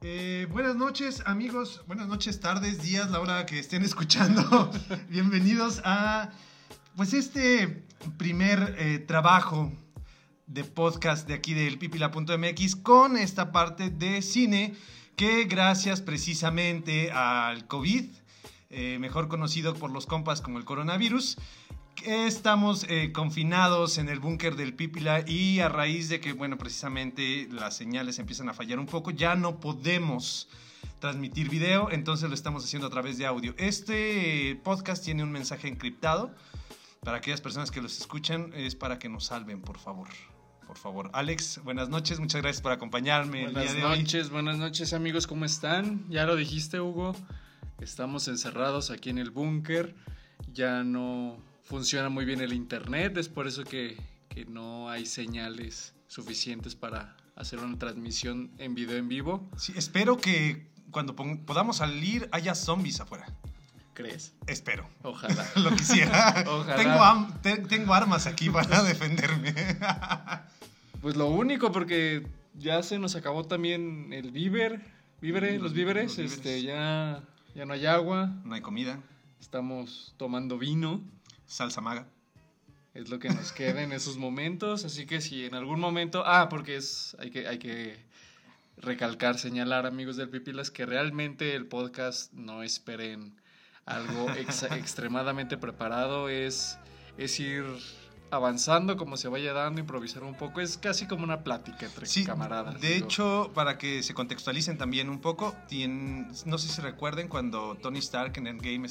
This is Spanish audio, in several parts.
Buenas noches, amigos. Buenas noches, tardes, días, la hora que estén escuchando. Bienvenidos a pues este primer trabajo de podcast de aquí del pipila.mx con esta parte de cine que gracias precisamente al COVID, mejor conocido por los compas como el coronavirus, estamos confinados en el búnker del Pipila y a raíz de que, bueno, precisamente las señales empiezan a fallar un poco, ya no podemos transmitir video, entonces lo estamos haciendo a través de audio. Este podcast tiene un mensaje encriptado. Para aquellas personas que los escuchan, es para que nos salven, por favor. Por favor. Alex, buenas noches, muchas gracias por acompañarme el día de hoy. Buenas noches, amigos, ¿cómo están? Ya lo dijiste, Hugo, estamos encerrados aquí en el búnker, ya no funciona muy bien el internet, es por eso que no hay señales suficientes para hacer una transmisión en video en vivo. Sí, espero que cuando podamos salir haya zombies afuera. ¿Crees? Espero. Ojalá. Lo quisiera. Ojalá. Tengo armas aquí para defenderme. Pues lo único, porque ya se nos acabó también el los víveres. Ya no hay agua. No hay comida. Estamos tomando vino. Salsa maga. Es lo que nos queda en esos momentos, así que si en algún momento... porque hay que recalcar, señalar, amigos del Pipilas, que realmente el podcast no esperen algo extremadamente preparado, es ir avanzando como se vaya dando, improvisar un poco, es casi como una plática entre camaradas. De hecho, para que se contextualicen también un poco, no sé si recuerden cuando Tony Stark en Endgame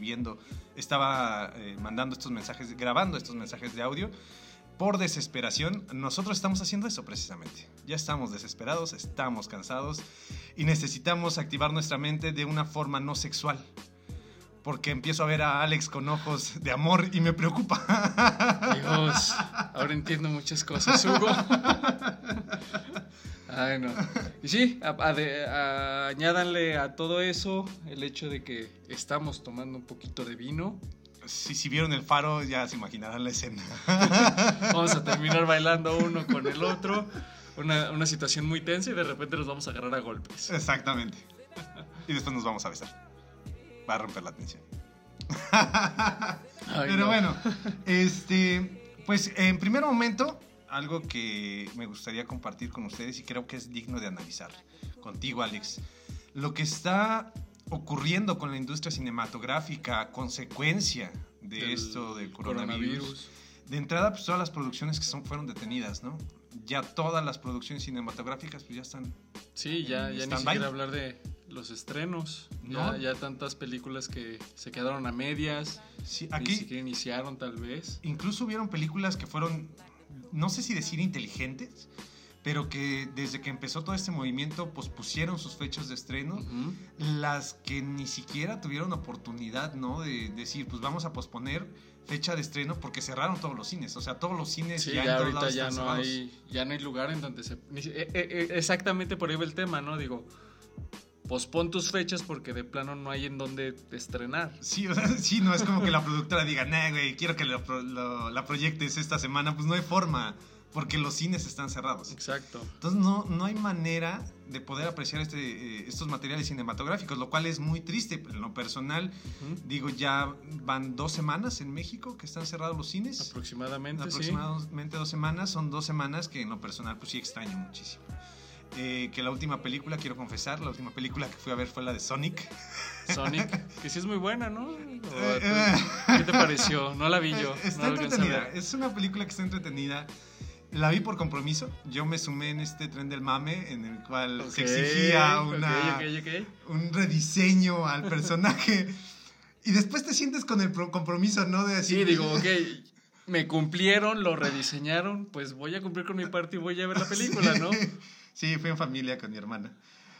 estaba mandando estos mensajes, grabando estos mensajes de audio, por desesperación, nosotros estamos haciendo eso precisamente. Ya estamos desesperados, estamos cansados y necesitamos activar nuestra mente de una forma no sexual. Porque empiezo a ver a Alex con ojos de amor y me preocupa. Dios, ahora entiendo muchas cosas, Hugo. Ay, no. Y sí, añádanle a todo eso el hecho de que estamos tomando un poquito de vino. Si vieron El Faro, ya se imaginarán la escena. Vamos a terminar bailando uno con el otro. Una situación muy tensa y de repente nos vamos a agarrar a golpes. Exactamente. Y después nos vamos a besar. Va a romper la tensión. Pero no. Bueno, pues en primer momento, algo que me gustaría compartir con ustedes y creo que es digno de analizar contigo, Alex, lo que está ocurriendo con la industria cinematográfica a consecuencia de esto del coronavirus. De entrada, pues todas las producciones que fueron detenidas, ¿no? Ya todas las producciones cinematográficas pues ya están. Sí, ya ni siquiera hablar de los estrenos, ¿no? Ya tantas películas que se quedaron a medias, sí, aquí ni siquiera iniciaron tal vez. Incluso hubieron películas que fueron, no sé si decir inteligentes, pero que desde que empezó todo este movimiento pospusieron sus fechas de estreno, las que ni siquiera tuvieron oportunidad, ¿no? De decir, pues vamos a posponer fecha de estreno porque cerraron todos los cines, o sea, todos los cines sí, ya en todos lados están cerrados. Ya no hay lugar en donde exactamente por ahí va el tema, ¿no? Digo, pospon tus fechas porque de plano no hay en donde estrenar. Sí, o sea, sí, no es como que la productora diga, nah, güey, quiero que la proyectes esta semana, pues no hay forma, porque los cines están cerrados. Exacto. Entonces no hay manera de poder apreciar estos materiales cinematográficos, lo cual es muy triste. En lo personal, digo, ya van 2 semanas en México que están cerrados los cines. Aproximadamente 2 semanas. Son 2 semanas que en lo personal pues sí extraño muchísimo. Que la última película, quiero confesar, la última película que fui a ver fue la de Sonic. Que sí es muy buena, ¿no? ¿Qué te pareció? No la vi yo. Está entretenida, es una película que está entretenida. La vi por compromiso. Yo me sumé en este tren del mame en el cual se exigía un rediseño al personaje. Y después te sientes con el compromiso, ¿no? De decir, sí, digo, me cumplieron, lo rediseñaron, pues voy a cumplir con mi parte y voy a ver la película, ¿no? Sí, fui en familia con mi hermana.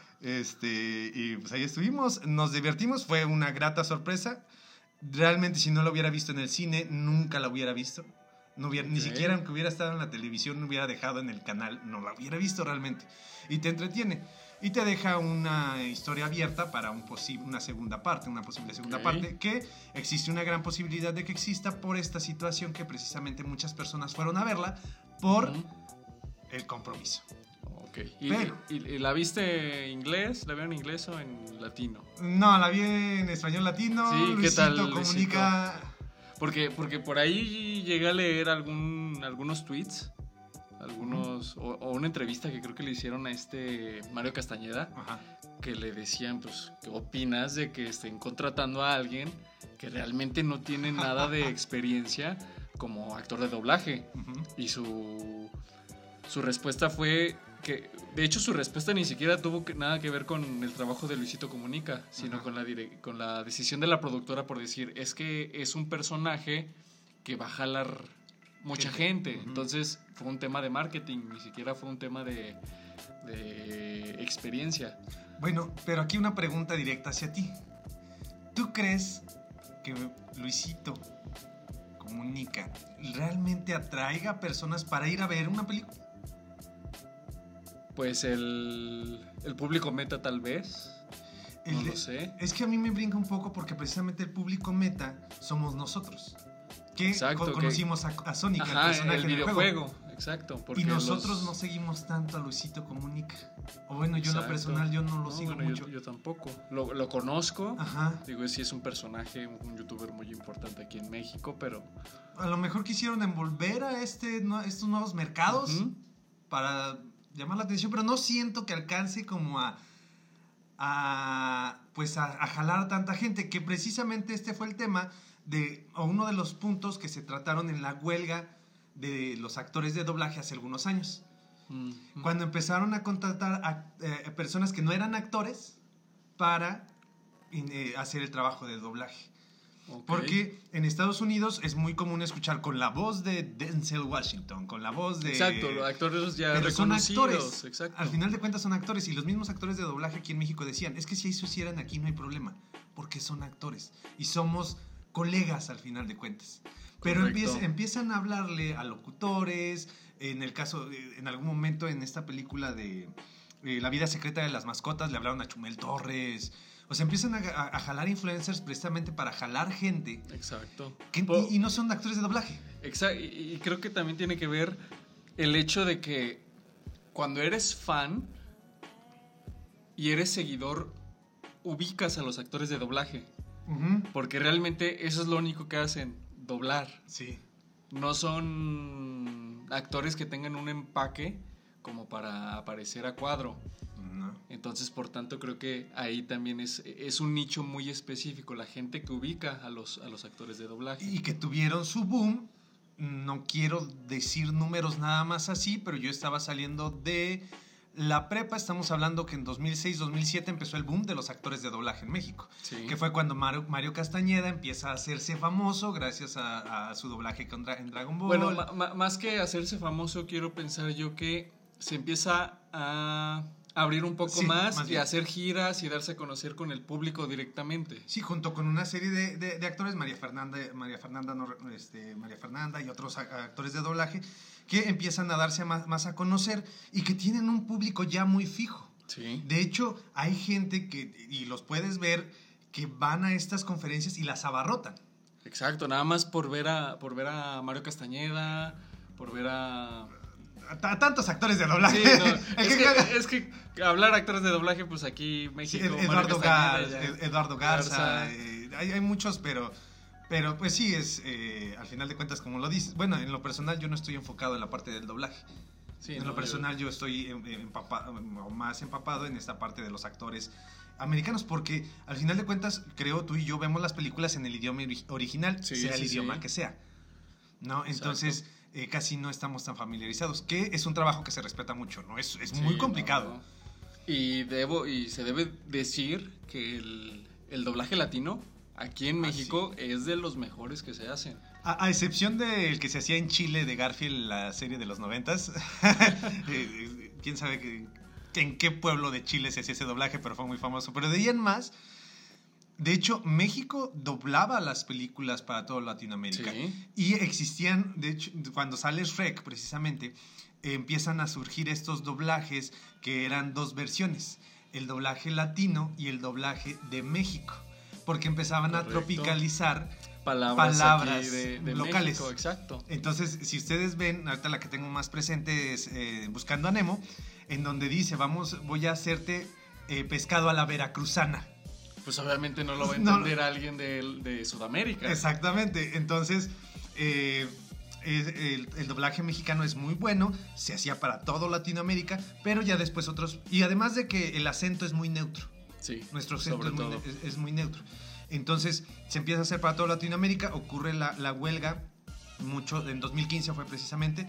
Y pues ahí estuvimos, nos divertimos, fue una grata sorpresa. Realmente si no la hubiera visto en el cine, nunca la hubiera visto. Ni siquiera aunque hubiera estado en la televisión, no hubiera dejado en el canal, no la hubiera visto realmente. Y te entretiene. Y te deja una historia abierta para una posible segunda parte, que existe una gran posibilidad de que exista por esta situación que precisamente muchas personas fueron a verla por el compromiso. Ok. ¿Y, Pero- y la viste en inglés? ¿La vieron en inglés o en latino? No, la vi en español latino. Sí, ¿qué Luisito tal, Luisito? Comunica. Porque por ahí llegué a leer algunos tweets, o una entrevista que creo que le hicieron a Mario Castañeda, Ajá. que le decían, pues, ¿qué opinas de que estén contratando a alguien que realmente no tiene nada de experiencia como actor de doblaje? Ujú. Y su respuesta fue que, de hecho, su respuesta ni siquiera tuvo nada que ver con el trabajo de Luisito Comunica, sino Ajá. con la decisión de la productora por decir, es que es un personaje que va a jalar mucha gente. Ujú. Entonces fue un tema de marketing, ni siquiera fue un tema de experiencia. Bueno, pero aquí una pregunta directa hacia ti. ¿Tú crees que Luisito Comunica realmente atraiga personas para ir a ver una película? Pues el público meta tal vez, no lo sé. Es que a mí me brinca un poco porque precisamente el público meta somos nosotros. Que Exacto, conocimos a Sonic, Ajá, el personaje el en el videojuego, juego. exacto. Porque Y nosotros no seguimos tanto a Luisito Comunica. O bueno, yo en lo Exacto. personal yo no lo sigo bueno, mucho. yo tampoco. Lo conozco. Ajá. Digo, sí es un personaje, un youtuber muy importante aquí en México, pero... A lo mejor quisieron envolver a estos nuevos mercados Ujú. para llamar la atención, pero no siento que alcance como a jalar a tanta gente, que precisamente este fue el tema o uno de los puntos que se trataron en la huelga de los actores de doblaje hace algunos años. Cuando empezaron a contratar a personas que no eran actores para hacer el trabajo de doblaje. Ok. Porque en Estados Unidos es muy común escuchar con la voz de Denzel Washington, con la voz de... Exacto, los actores ya pero son reconocidos. actores. Exacto. Al final de cuentas son actores. Y los mismos actores de doblaje aquí en México decían, es que si eso hicieran aquí no hay problema, porque son actores. Y somos colegas al final de cuentas. Pero Correcto. empiezan a hablarle a locutores. En el caso, en algún momento en esta película de La vida secreta de las mascotas, le hablaron a Chumel Torres. O sea, empiezan a jalar influencers precisamente para jalar gente. Exacto. Y no son actores de doblaje. Exacto. Y creo que también tiene que ver el hecho de que cuando eres fan y eres seguidor, ubicas a los actores de doblaje. Uh-huh. Porque realmente eso es lo único que hacen, doblar. Sí. No son actores que tengan un empaque como para aparecer a cuadro. No. Entonces, por tanto, creo que ahí también es un nicho muy específico, la gente que ubica a los actores de doblaje. Y que tuvieron su boom. No quiero decir números nada más así, pero yo estaba saliendo de la prepa. Estamos hablando que en 2006, 2007 empezó el boom de los actores de doblaje en México. Sí. Que fue cuando Mario Castañeda empieza a hacerse famoso gracias a su doblaje en Dragon Ball. Bueno, más que hacerse famoso, quiero pensar yo que se empieza a abrir un poco Sí, más más y bien. hacer giras y darse a conocer con el público directamente. Sí, junto con una serie de actores, María Fernanda y otros actores de doblaje, que empiezan a darse más a conocer y que tienen un público ya muy fijo. Sí. De hecho, hay gente y los puedes ver, que van a estas conferencias y las abarrotan. Exacto, nada más por ver a Mario Castañeda, por ver a Tantos actores de doblaje. Sí, no, es que hablar actores de doblaje, pues aquí México, Sí, Mario Castañeda, Eduardo Garza. Hay muchos, pero pues sí, al final de cuentas, como lo dices. Bueno, en lo personal yo no estoy enfocado en la parte del doblaje. Sí, En lo personal yo estoy más empapado en esta parte de los actores americanos, porque al final de cuentas, creo tú y yo vemos las películas en el idioma original, Sí, sea el sí, idioma sí. que sea, ¿no? Entonces casi no estamos tan familiarizados, que es un trabajo que se respeta mucho, ¿no? Es muy complicado. No. Y se debe decir que el doblaje latino aquí en México es de los mejores que se hacen. A excepción del que se hacía en Chile de Garfield, la serie de los 90s. Quién sabe en qué pueblo de Chile se hacía ese doblaje, pero fue muy famoso. Pero de ahí en más, de hecho, México doblaba las películas para toda Latinoamérica. Sí. Y existían, de hecho, cuando sale Shrek, precisamente, empiezan a surgir estos doblajes que eran dos versiones: el doblaje latino y el doblaje de México. Porque empezaban Correcto. a tropicalizar Palabras aquí de locales. México, exacto. Entonces, si ustedes ven, ahorita la que tengo más presente es Buscando a Nemo. en donde dice, voy a hacerte pescado a la veracruzana. Pues obviamente no lo va a entender alguien de Sudamérica. Exactamente, entonces el doblaje mexicano es muy bueno, se hacía para todo Latinoamérica, pero ya después otros, y además de que el acento es muy neutro. Sí, nuestro acento sobre es muy neutro. Entonces se empieza a hacer para toda Latinoamérica, ocurre la huelga, mucho, en 2015 fue precisamente,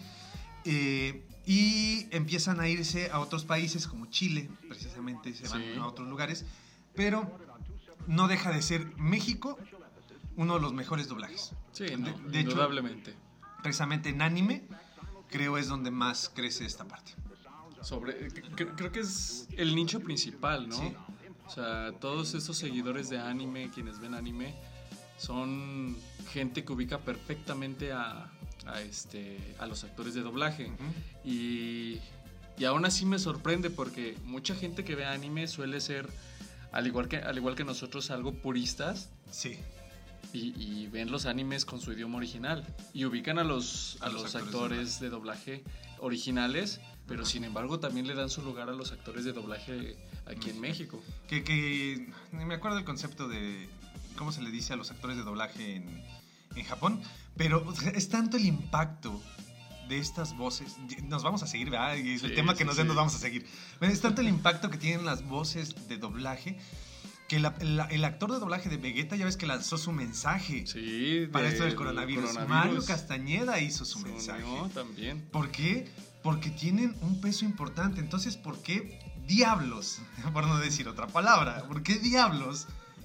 y empiezan a irse a otros países como Chile, precisamente se van a otros lugares, pero no deja de ser México uno de los mejores doblajes. Sí, no, de indudablemente. Hecho, precisamente en anime, creo es donde más crece esta parte. Creo que es el nicho principal, ¿no? Sí. O sea, todos estos seguidores de anime, quienes ven anime, son gente que ubica perfectamente a los actores de doblaje. Uh-huh. Y aún así me sorprende porque mucha gente que ve anime suele ser, al igual que nosotros, algo puristas. Sí. Y ven los animes con su idioma original y ubican a los actores de doblaje originales, pero sin embargo también le dan su lugar a los actores de doblaje aquí en México. Que me acuerdo el concepto de cómo se le dice a los actores de doblaje en Japón, pero es tanto el impacto de estas voces. Nos vamos a seguir, ¿verdad? Y el tema que nos den nos vamos a seguir. Es tanto el impacto que tienen las voces de doblaje que el actor de doblaje de Vegeta ya ves que lanzó su mensaje para esto del coronavirus. Mario Castañeda hizo su mensaje. También. ¿Por qué? Porque tienen un peso importante. Entonces, ¿por qué diablos, por no decir otra palabra, por qué diablos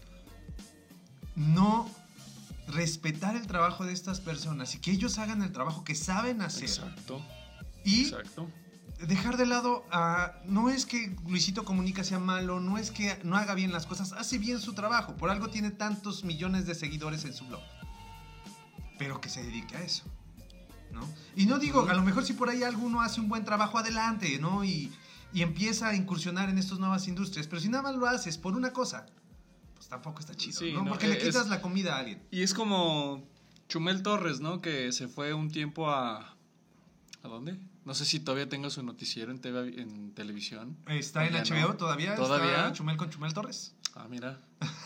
no respetar el trabajo de estas personas y que ellos hagan el trabajo que saben hacer? Exacto. Y dejar de lado no es que Luisito Comunica sea malo, no es que no haga bien las cosas, hace bien su trabajo, por algo tiene tantos millones de seguidores en su blog, pero que se dedique a eso, ¿no? Y no digo, a lo mejor si por ahí alguno hace un buen trabajo, adelante, ¿no? Y empieza a incursionar en estas nuevas industrias, pero si nada más lo haces por una cosa, pues tampoco está chido, sí, ¿no? Porque le quitas la comida a alguien. Y es como Chumel Torres, ¿no? Que se fue un tiempo ¿a dónde? No sé si todavía tenga su noticiero en televisión. Está en HBO, ¿no? ¿Todavía? ¿Está Chumel con Chumel Torres? Ah, mira.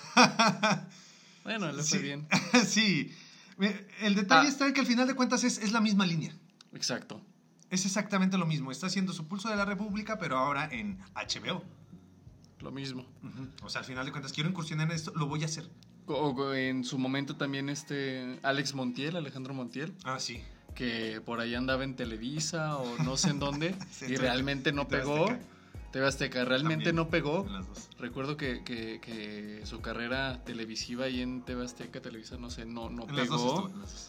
Bueno, le fue bien. Sí. El detalle está en que al final de cuentas es la misma línea. Exacto. Es exactamente lo mismo. Está haciendo su Pulso de la República, pero ahora en HBO. Lo mismo. Uh-huh. O sea, al final de cuentas, quiero incursionar en esto, lo voy a hacer. O en su momento también Alejandro Montiel. Ah, sí. Que por ahí andaba en Televisa o no sé en dónde sí, y realmente no pegó. TV Azteca realmente también, no pegó. Recuerdo que su carrera televisiva ahí en TV Azteca, Televisa, no sé, no pegó.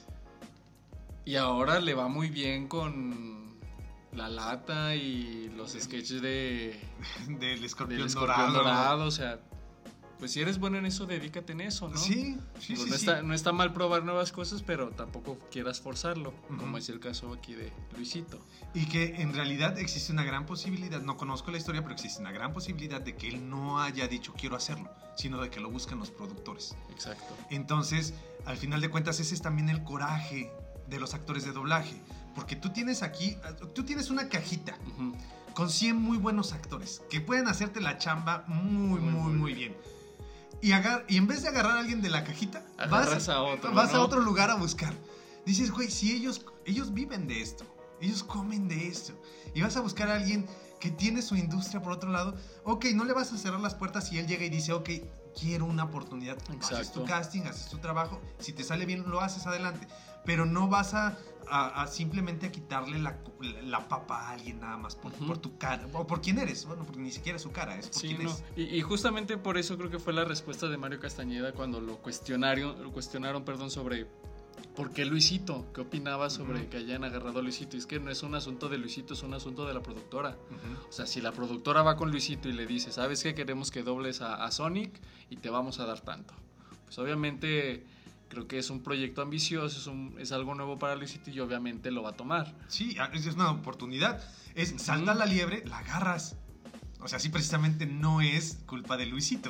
Y ahora le va muy bien con La Lata y los sketches del Escorpión Dorado. O sea, pues si eres bueno en eso, dedícate en eso, ¿no? Sí. No está mal probar nuevas cosas, pero tampoco quieras forzarlo, como es el caso aquí de Luisito. Y que en realidad existe una gran posibilidad, no conozco la historia, pero existe una gran posibilidad de que él no haya dicho quiero hacerlo, sino de que lo buscan los productores. Exacto. Entonces, al final de cuentas, ese es también el coraje de los actores de doblaje, porque tú tienes una cajita con 100 muy buenos actores que pueden hacerte la chamba muy bien. Y en vez de agarrar a alguien de la cajita, vas a otro lugar a buscar. Dices, güey, si ellos viven de esto, ellos comen de esto, y vas a buscar a alguien que tiene su industria por otro lado, ok, no le vas a cerrar las puertas si él llega y dice, ok, quiero una oportunidad. Exacto. Haces tu casting, haces tu trabajo, si te sale bien lo haces adelante, pero no vas a simplemente a quitarle la papa a alguien nada más por tu cara, o por quién eres, bueno, porque ni siquiera es su cara, es por quién es. Y justamente por eso creo que fue la respuesta de Mario Castañeda cuando lo cuestionaron sobre por qué Luisito, qué opinaba sobre que hayan agarrado a Luisito. Y es que no es un asunto de Luisito, es un asunto de la productora. O sea, si la productora va con Luisito y le dice, ¿sabes qué? Queremos que dobles a Sonic y te vamos a dar tanto. Pues obviamente creo que es un proyecto ambicioso, es algo nuevo para Luisito y obviamente lo va a tomar. Sí, es una oportunidad. Salta la liebre, la agarras. O sea, sí, precisamente no es culpa de Luisito.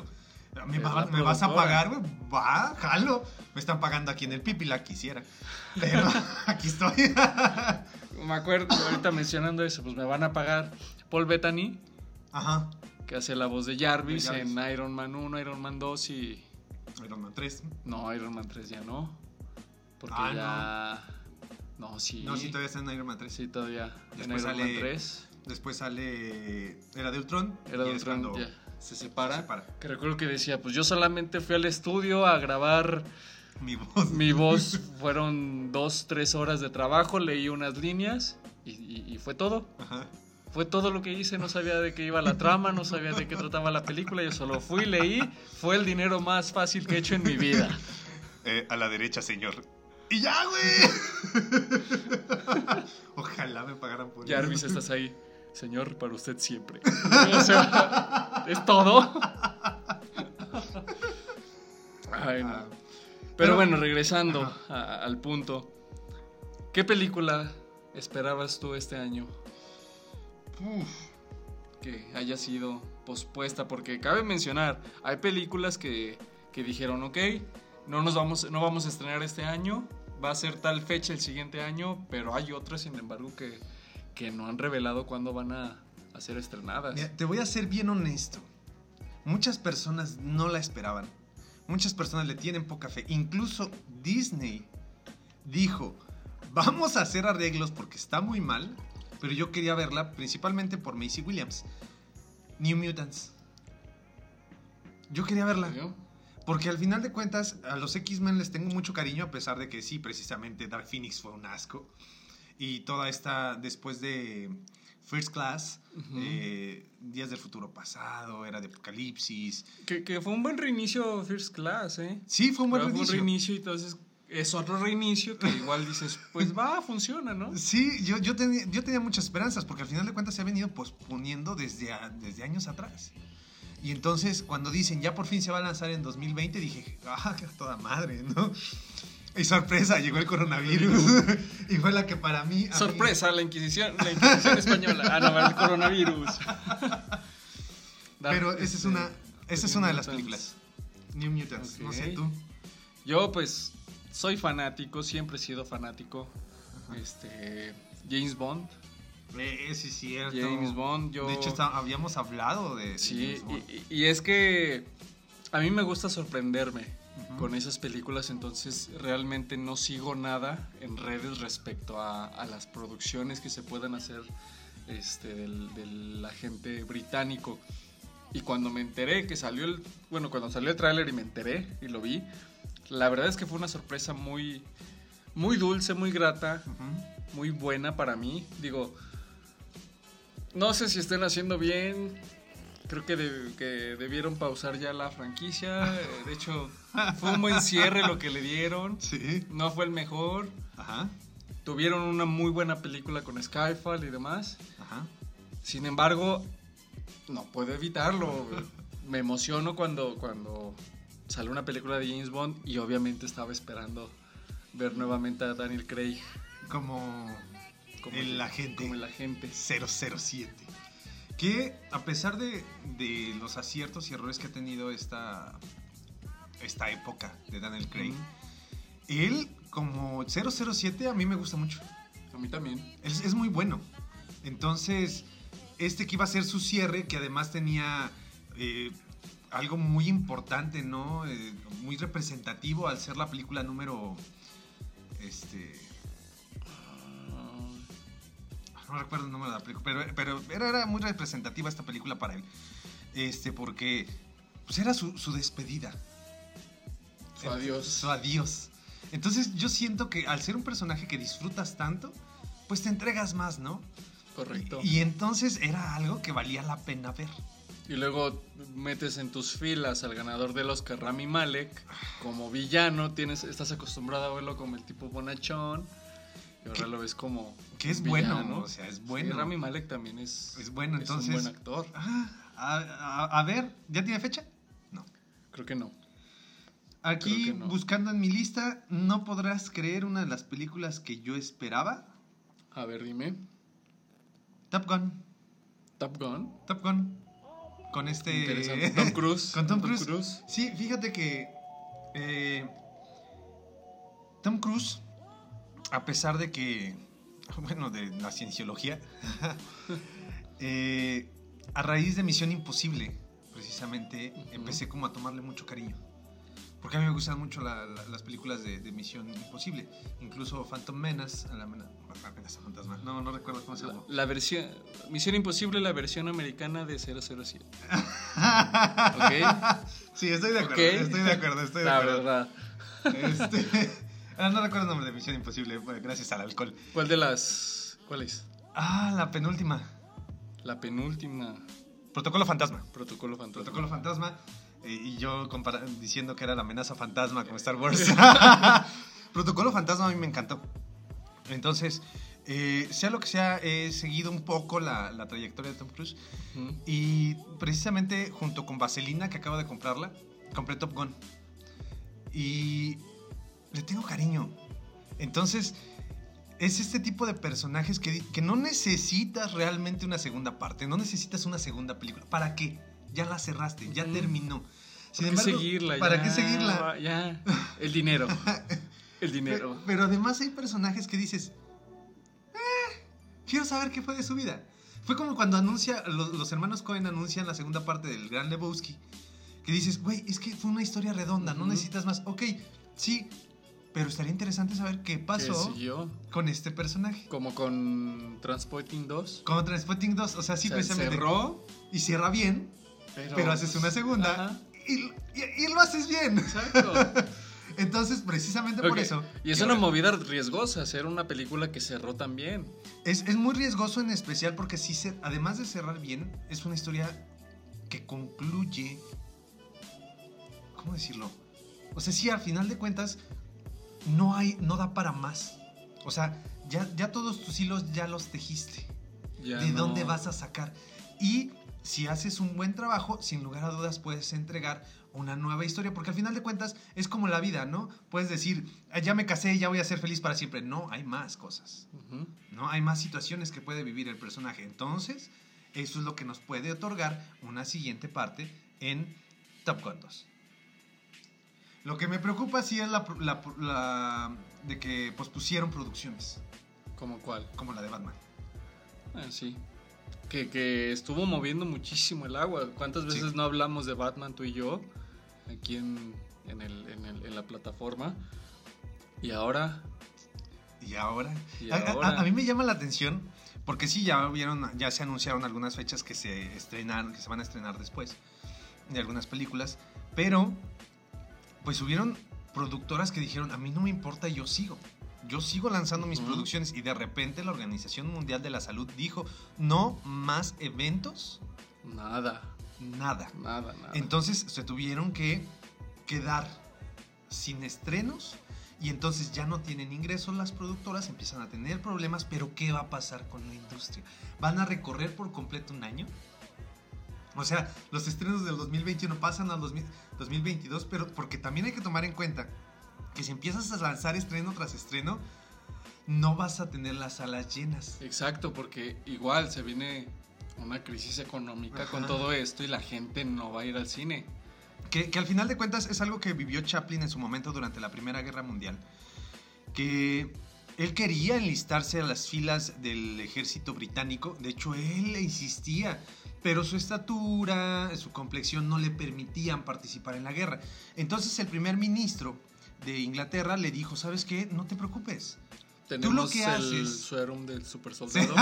¿Me Es la vas a productora. pagar, güey? Va, jalo. Me están pagando aquí en el Pipi, la quisiera. Pero aquí estoy. Me acuerdo, ahorita mencionando eso, pues me van a pagar Paul Bettany, Ajá. que hace la voz de Jarvis, De Jarvis. en Iron Man 1, Iron Man 2 y... Iron Man 3. No, Iron Man 3 ya no. Porque Ah, ya... No, sí. No, sí, todavía está en Iron Man 3. Sí, todavía. En Después Iron sale- Man 3. Después sale Era de Ultron. Era y de es Ultron, cuando ya se separa. se separa. Que recuerdo que decía, pues yo solamente fui al estudio a grabar Mi voz. mi voz. Fueron 2-3 horas de trabajo, leí unas líneas y fue todo. Ajá. Fue todo lo que hice, no sabía de qué iba la trama, no sabía de qué trataba la película, yo solo fui, leí, fue el dinero más fácil que he hecho en mi vida. A la derecha, señor. ¡Y ya, güey! Ojalá me pagaran por Jarvis, eso. estás ahí. Señor, para usted siempre. O sea, es todo. Ay, no. Ah, Pero pero- bueno, regresando al punto. ¿Qué película esperabas tú este año uf. que haya sido pospuesta? Porque cabe mencionar, hay películas que dijeron, ok, no vamos a estrenar este año, va a ser tal fecha el siguiente año, pero hay otras, sin embargo, que no han revelado cuándo van a ser estrenadas. Mira, te voy a ser bien honesto. Muchas personas no la esperaban. Muchas personas le tienen poca fe. Incluso Disney dijo, vamos a hacer arreglos porque está muy mal, pero yo quería verla principalmente por Maisie Williams. New Mutants. Yo quería verla. ¿En serio? Porque al final de cuentas, a los X-Men les tengo mucho cariño, a pesar de que sí, precisamente Dark Phoenix fue un asco. Y toda esta, después de First Class, Ujú. Días del Futuro Pasado, Era de Apocalipsis. Que fue un buen reinicio First Class, ¿eh? Sí, fue un buen Fue reinicio. reinicio y entonces es otro reinicio que igual dices, pues va, funciona, ¿no? Sí, yo tenía muchas esperanzas, porque al final de cuentas se ha venido posponiendo desde años atrás. Y entonces, cuando dicen, ya por fin se va a lanzar en 2020, dije, qué toda madre, ¿no? Y sorpresa, llegó el coronavirus. Y fue la que para mí... Sorpresa, la Inquisición española. Ah, no, el coronavirus. Pero esa es una de las Mutants. películas. New Mutants, no Ok. sé tú. Yo, pues, soy fanático, siempre he sido fanático. James Bond. Sí, es cierto. James Bond, yo... De hecho, habíamos hablado de Sí, James Bond. y es que a mí me gusta sorprenderme Ujú. con esas películas, entonces realmente no sigo nada en redes respecto a las producciones que se puedan hacer del agente británico. Y cuando me enteré que cuando salió el tráiler y me enteré y lo vi, la verdad es que fue una sorpresa muy, muy dulce, muy grata, Ujú. muy buena para mí. Digo, no sé si estén haciendo bien. Creo que debieron pausar ya la franquicia. De hecho, fue un buen cierre lo que le dieron. Sí. No fue el mejor. Ajá. Tuvieron una muy buena película con Skyfall y demás. Ajá. Sin embargo, no puedo evitarlo. Me emociono cuando sale una película de James Bond y obviamente estaba esperando ver nuevamente a Daniel Craig Como el agente. Como el agente. 007. Que a pesar de los aciertos y errores que ha tenido esta época de Daniel Craig, él como 007 a mí me gusta mucho. A mí también. Es muy bueno. Entonces, que iba a ser su cierre, que además tenía algo muy importante, ¿no? Muy representativo al ser la película número... no recuerdo el número de la película, pero era muy representativa esta película para él. Porque pues era su despedida. Su adiós. Su adiós. Entonces yo siento que al ser un personaje que disfrutas tanto, pues te entregas más, ¿no? Correcto. Y entonces era algo que valía la pena ver. Y luego metes en tus filas al ganador del Oscar, Rami Malek, como villano. Estás acostumbrado a verlo como el tipo bonachón. Y ahora lo ves como que es villano, bueno, o sea, es bueno. Sí, Rami Malek también es bueno, entonces. un buen actor. A ver, ¿ya tiene fecha? No. Creo que no. Aquí, Creo que no. buscando en mi lista, no podrás creer una de las películas que yo esperaba. A ver, dime. Top Gun. Top Gun. Top Gun. con Tom Cruise. Con Tom Cruise. Sí, fíjate que Tom Cruise, a pesar de que, bueno, de la cienciología, a raíz de Misión Imposible, precisamente, empecé como a tomarle mucho cariño. Porque a mí me gustan mucho las películas de Misión Imposible. Incluso Phantom Menace, Amenaza Fantasma. No recuerdo cómo se llama. La versión Misión Imposible, la versión americana de 007. ¿Ok? Sí, estoy de acuerdo. Okay. Estoy de acuerdo. La verdad. No recuerdo el nombre de Misión Imposible, gracias al alcohol. ¿Cuál es? La penúltima. La penúltima. Protocolo Fantasma. Protocolo Fantasma. Y yo diciendo que era la amenaza fantasma con Star Wars. Protocolo Fantasma a mí me encantó. Entonces, sea lo que sea, he seguido un poco la trayectoria de Tom Cruise. Y precisamente junto con Vaselina, que acabo de comprarla, compré Top Gun. Y le tengo cariño. Entonces, es este tipo de personajes que no necesitas realmente una segunda parte. No necesitas una segunda película. ¿Para qué? Ya la cerraste, ya terminó. Sin embargo, ¿para qué seguirla? Ya. El dinero. Pero además hay personajes que dices, quiero saber qué fue de su vida. Fue como cuando los hermanos Coen anuncian la segunda parte del Gran Lebowski. Que dices, güey, es que fue una historia redonda, no necesitas más. Ok, sí, pero estaría interesante saber qué pasó con este personaje. Como con Transporting 2. Como Transporting 2, o sea, sí, precisamente. Cerró. Y cierra bien, pero haces una segunda y lo haces bien. Exacto. Entonces, precisamente por eso. Y es una movida riesgosa, hacer una película que cerró tan bien. Es muy riesgoso, en especial porque sí, además de cerrar bien, es una historia que concluye. ¿Cómo decirlo? O sea, sí, al final de cuentas, no da para más. O sea, ya todos tus hilos ya los tejiste. ¿De dónde vas a sacar? Y si haces un buen trabajo, sin lugar a dudas puedes entregar una nueva historia, porque al final de cuentas es como la vida, ¿no? Puedes decir, ya me casé, ya voy a ser feliz para siempre. No, hay más cosas, ¿no? Hay más situaciones que puede vivir el personaje. Entonces, eso es lo que nos puede otorgar una siguiente parte en Top Gun 2. Lo que me preocupa sí es de que pospusieron producciones. ¿Cómo cuál? Como la de Batman. Sí. Que estuvo moviendo muchísimo el agua. ¿Cuántas veces no hablamos de Batman tú y yo? Aquí en la plataforma. ¿Y ahora? A mí me llama la atención porque sí, ya se anunciaron algunas fechas que se van a estrenar después de algunas películas, pero pues hubieron productoras que dijeron, a mí no me importa, yo sigo lanzando mis producciones, y de repente la Organización Mundial de la Salud dijo, no más eventos. Nada. Entonces se tuvieron que quedar sin estrenos, y entonces ya no tienen ingresos las productoras, empiezan a tener problemas. Pero ¿qué va a pasar con la industria? ¿Van a recorrer por completo un año? O sea, los estrenos del 2021 pasan al 2022, pero porque también hay que tomar en cuenta que si empiezas a lanzar estreno tras estreno, no vas a tener las salas llenas. Exacto, porque igual se viene una crisis económica con todo esto y la gente no va a ir al cine. Que al final de cuentas es algo que vivió Chaplin en su momento durante la Primera Guerra Mundial. Que él quería enlistarse a las filas del ejército británico. De hecho, él le insistía, pero su estatura, su complexión no le permitían participar en la guerra. Entonces el primer ministro de Inglaterra le dijo, ¿sabes qué? No te preocupes. Tenemos tú lo que el suerum del super soldado.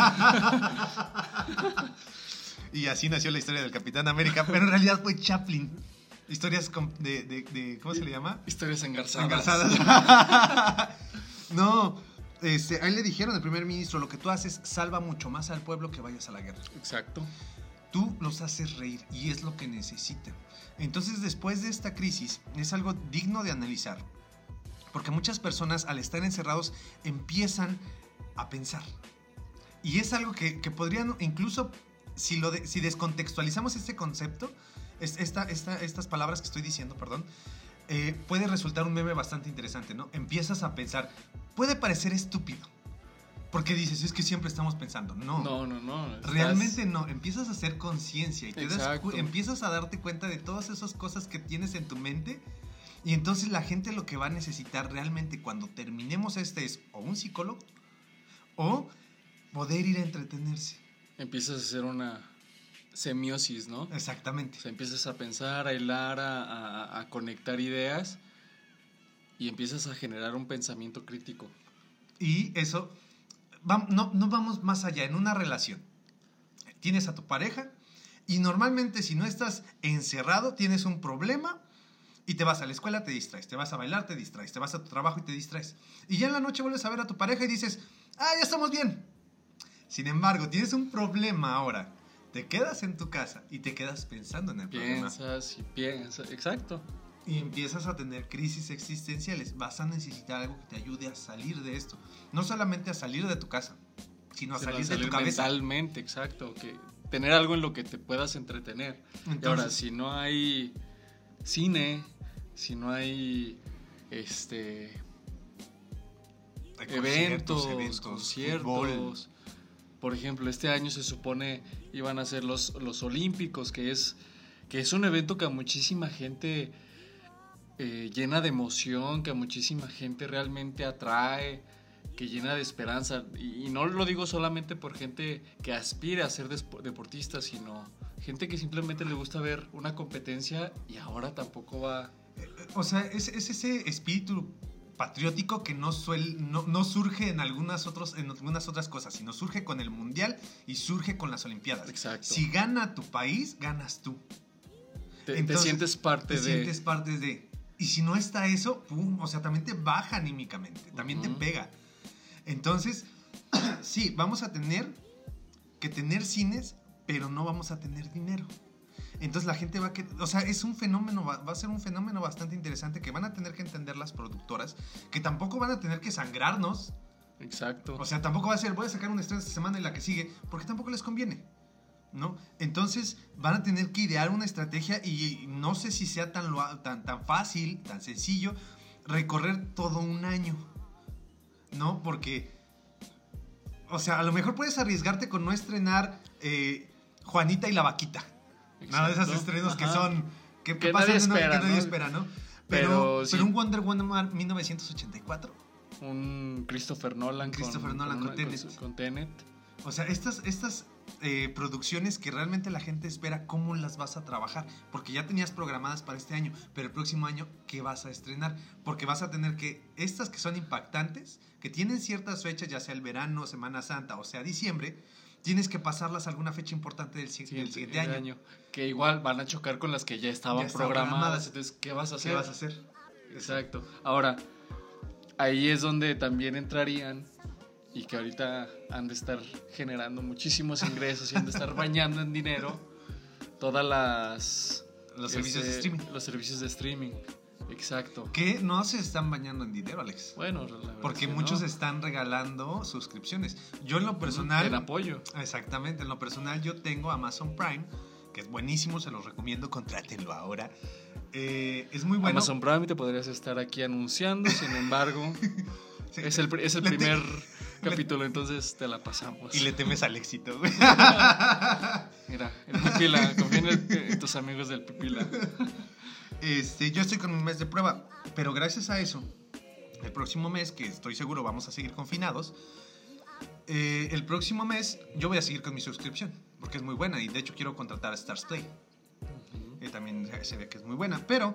Y así nació la historia del Capitán América, pero en realidad fue Chaplin. Historias de ¿cómo se le llama? Historias engarzadas. No, a él le dijeron al primer ministro, lo que tú haces salva mucho más al pueblo que vayas a la guerra. Exacto. Tú los haces reír y es lo que necesitan. Entonces, después de esta crisis, es algo digno de analizar. Porque muchas personas, al estar encerrados, empiezan a pensar. Y es algo que podrían, incluso, si descontextualizamos este concepto, estas palabras que estoy diciendo, puede resultar un meme bastante interesante, ¿no? Empiezas a pensar, puede parecer estúpido, Porque dices, es que siempre estamos pensando. No. No. Realmente no. Empiezas a hacer conciencia y Exacto. empiezas a darte cuenta de todas esas cosas que tienes en tu mente. Y entonces la gente lo que va a necesitar realmente cuando terminemos es o un psicólogo o poder ir a entretenerse. Empiezas a hacer una semiosis, ¿no? Exactamente. O sea, empiezas a pensar, a hilar, a conectar ideas y empiezas a generar un pensamiento crítico. Y eso, no vamos más allá, en una relación. Tienes a tu pareja y normalmente si no estás encerrado, tienes un problema y te vas a la escuela, te distraes, te vas a bailar, te distraes, te vas a tu trabajo y te distraes. Y ya en la noche vuelves a ver a tu pareja y dices, ya estamos bien. Sin embargo, tienes un problema ahora. Te quedas en tu casa y te quedas pensando en el problema. Piensas, exacto. Y empiezas a tener crisis existenciales. Vas a necesitar algo que te ayude a salir de esto. No solamente a salir de tu casa, sino a salir de tu cabeza. Mentalmente, exacto. Que tener algo en lo que te puedas entretener. Entonces, y ahora, si no hay cine, si no hay eventos, conciertos. Fútbol. Por ejemplo, este año se supone iban a ser los Olímpicos, que es un evento que a muchísima gente llena de emoción, que a muchísima gente realmente atrae, que llena de esperanza. Y no lo digo solamente por gente que aspire a ser deportista, sino gente que simplemente le gusta ver una competencia y ahora tampoco va... O sea, es ese espíritu patriótico que no surge en algunas otras cosas, sino surge con el mundial y surge con las olimpiadas. Exacto. Si gana tu país, ganas tú. Entonces, te sientes parte de. Y si no está eso, pum, o sea, también te baja anímicamente, también te pega. Entonces, sí, vamos a tener que tener cines, pero no vamos a tener dinero. Entonces la gente o sea, es un fenómeno, va a ser un fenómeno bastante interesante que van a tener que entender las productoras, que tampoco van a tener que sangrarnos. Exacto. O sea, tampoco va a ser, voy a sacar un estreno esta semana y la que sigue, porque tampoco les conviene, ¿no? Entonces van a tener que idear una estrategia y no sé si sea tan fácil, tan sencillo, recorrer todo un año, ¿no? Porque, o sea, a lo mejor puedes arriesgarte con no estrenar Juanita y la Vaquita. Exacto. Nada de esos estrenos que son que pasan nadie espera, que nadie espera, ¿no? Pero un Wonder Woman 1984, un Christopher Nolan con Tenet. O sea, estas producciones que realmente la gente espera, ¿cómo las vas a trabajar? Porque ya tenías programadas para este año, pero el próximo año, ¿qué vas a estrenar? Porque vas a tener que, estas que son impactantes, que tienen ciertas fechas, ya sea el verano, Semana Santa o sea diciembre, tienes que pasarlas a alguna fecha importante del siguiente año. Que igual van a chocar con las que ya estaban programadas. Entonces, ¿qué vas a hacer? Exacto. Ahora, ahí es donde también entrarían, y que ahorita han de estar generando muchísimos ingresos y han de estar bañando en dinero, los servicios de streaming. Los servicios de streaming. Exacto. Que no se están bañando en dinero, Alex. Bueno, la verdad porque es que muchos están regalando suscripciones. Yo en lo personal... En apoyo. Exactamente, en lo personal yo tengo Amazon Prime, que es buenísimo, se los recomiendo, contrátenlo ahora. Es muy bueno. Amazon Prime te podrías estar aquí anunciando, sin embargo, sí, es el primer capítulo, entonces te la pasamos. Y le temes al éxito, güey. Mira, el Pipila, confía en tus amigos del Pipila. Yo estoy con un mes de prueba, pero gracias a eso, el próximo mes, que estoy seguro vamos a seguir confinados, el próximo mes yo voy a seguir con mi suscripción, porque es muy buena y de hecho quiero contratar a Stars Play. También se ve que es muy buena, pero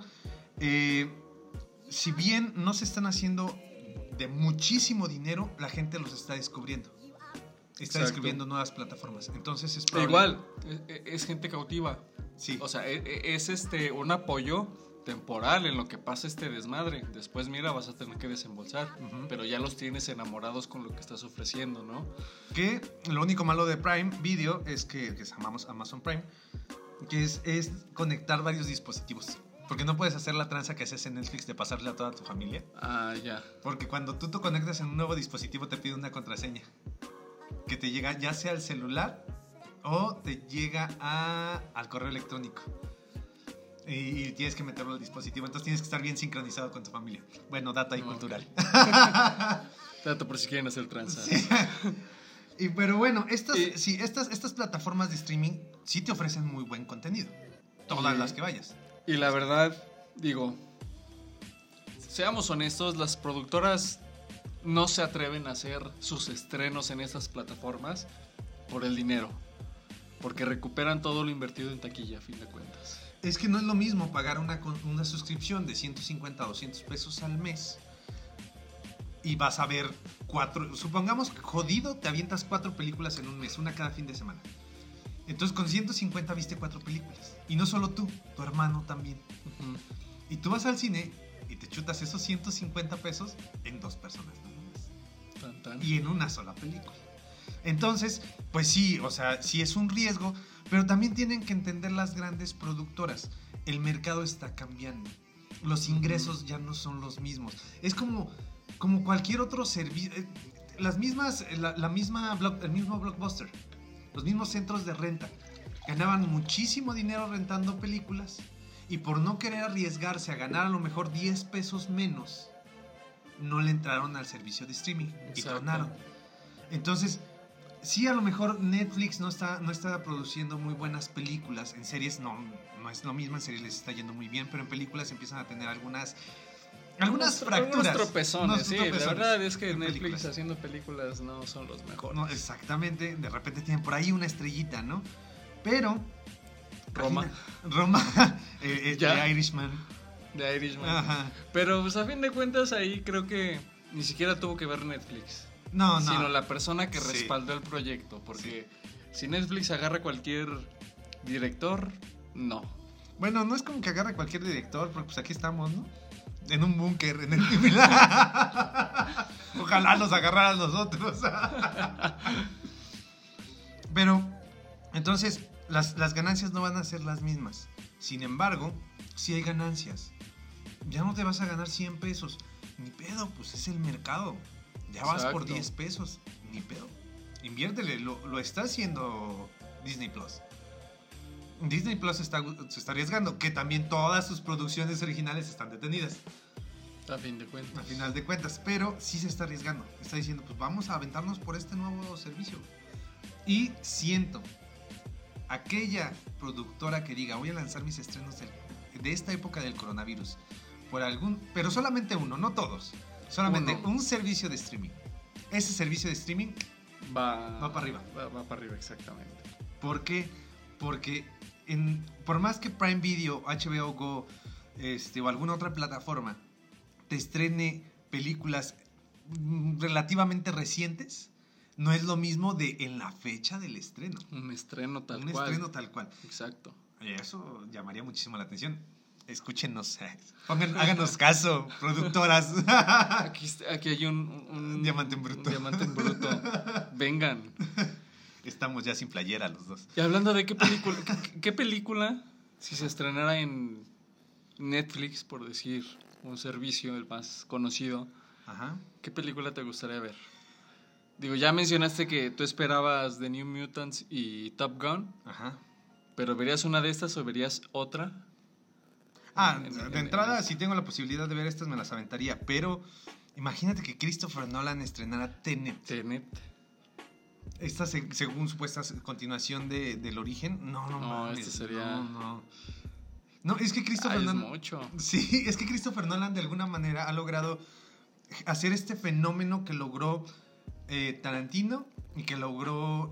si bien no se están haciendo de muchísimo dinero, la gente los está descubriendo. Está descubriendo nuevas plataformas. Entonces es probable. Igual, es gente cautiva. Sí. O sea, es un apoyo temporal en lo que pasa este desmadre. Después, mira, vas a tener que desembolsar. Pero ya los tienes enamorados con lo que estás ofreciendo, ¿no? Que lo único malo de Prime Video es que llamamos Amazon Prime, que es conectar varios dispositivos. Porque no puedes hacer la tranza que haces en Netflix de pasarle a toda tu familia. Ah, ya. Porque cuando tú te conectas en un nuevo dispositivo te pide una contraseña que te llega ya sea al celular o te llega al correo electrónico. Y tienes que meterlo al dispositivo. Entonces tienes que estar bien sincronizado con tu familia. Bueno, dato ahí cultural. Dato por si quieren hacer tranzas. Sí. Pero bueno, estas plataformas de streaming sí te ofrecen muy buen contenido. Todas las que vayas. Y la verdad, digo, seamos honestos, las productoras no se atreven a hacer sus estrenos en esas plataformas por el dinero. Porque recuperan todo lo invertido en taquilla, a fin de cuentas. Es que no es lo mismo pagar una suscripción de 150 a 200 pesos al mes y vas a ver 4, supongamos que jodido te avientas 4 películas en un mes, una cada fin de semana. Entonces con 150 viste 4 películas. Y no solo tú, tu hermano también. Uh-huh. Y tú vas al cine y te chutas esos 150 pesos en 2 personas nada más. Y en una sola película. Entonces, pues sí, o sea, sí es un riesgo, pero también tienen que entender las grandes productoras. El mercado está cambiando. Los ingresos ya no son los mismos. Es como cualquier otro servicio. El mismo Blockbuster, los mismos centros de renta, ganaban muchísimo dinero rentando películas y por no querer arriesgarse a ganar a lo mejor 10 pesos menos, no le entraron al servicio de streaming. Exacto. Y tronaron. Entonces, sí, a lo mejor Netflix no está produciendo muy buenas películas. En series no es lo mismo, en series les está yendo muy bien, pero en películas empiezan a tener algunas fracturas. Unos tropezones, sí. La verdad es que Netflix películas. Haciendo películas no son los mejores. No, exactamente. De repente tienen por ahí una estrellita, ¿no? Pero... Roma. The Irishman. The Irishman. Ajá. Pero pues a fin de cuentas ahí creo que ni siquiera tuvo que ver Netflix. No. Sino la persona que respaldó el proyecto. Porque si Netflix agarra cualquier director, no. Bueno, no es como que agarre cualquier director, porque pues aquí estamos, ¿no? En un búnker en el Ojalá nos agarraran nosotros. Pero, entonces, las ganancias no van a ser las mismas. Sin embargo, sí hay ganancias. Ya no te vas a ganar 100 pesos. Ni pedo, pues es el mercado. Ya vas por 10 pesos. Ni pedo. Inviértele. Lo está haciendo Disney Plus. Disney Plus se está arriesgando, que también todas sus producciones originales están detenidas. A final de cuentas, pero sí se está arriesgando. Está diciendo, pues vamos a aventarnos por este nuevo servicio. Y siento, aquella productora que diga, voy a lanzar mis estrenos de esta época del coronavirus, pero solamente uno, no todos, solamente un servicio de streaming. Ese servicio de streaming va para arriba. Va para arriba, exactamente. ¿Por qué? Porque por más que Prime Video, HBO Go o alguna otra plataforma te estrene películas relativamente recientes, no es lo mismo de en la fecha del estreno. Un estreno tal cual. Exacto. Eso llamaría muchísimo la atención. Escúchenos, háganos caso, productoras. Aquí hay un diamante en bruto. Un diamante en bruto. Vengan. Estamos ya sin playera los dos. Y hablando de qué película, si se estrenara en Netflix, por decir un servicio, el más conocido, ajá, ¿qué película te gustaría ver? Digo, ya mencionaste que tú esperabas The New Mutants y Top Gun. Ajá. ¿Pero verías una de estas o verías otra? De entrada, si tengo la posibilidad de ver estas, me las aventaría. Pero imagínate que Christopher Nolan estrenara Tenet. Esta, según supuesta continuación del origen, no mames. Este sería... No, es que Christopher Nolan... Es mucho. Sí, es que Christopher Nolan de alguna manera ha logrado hacer este fenómeno que logró Tarantino y que logró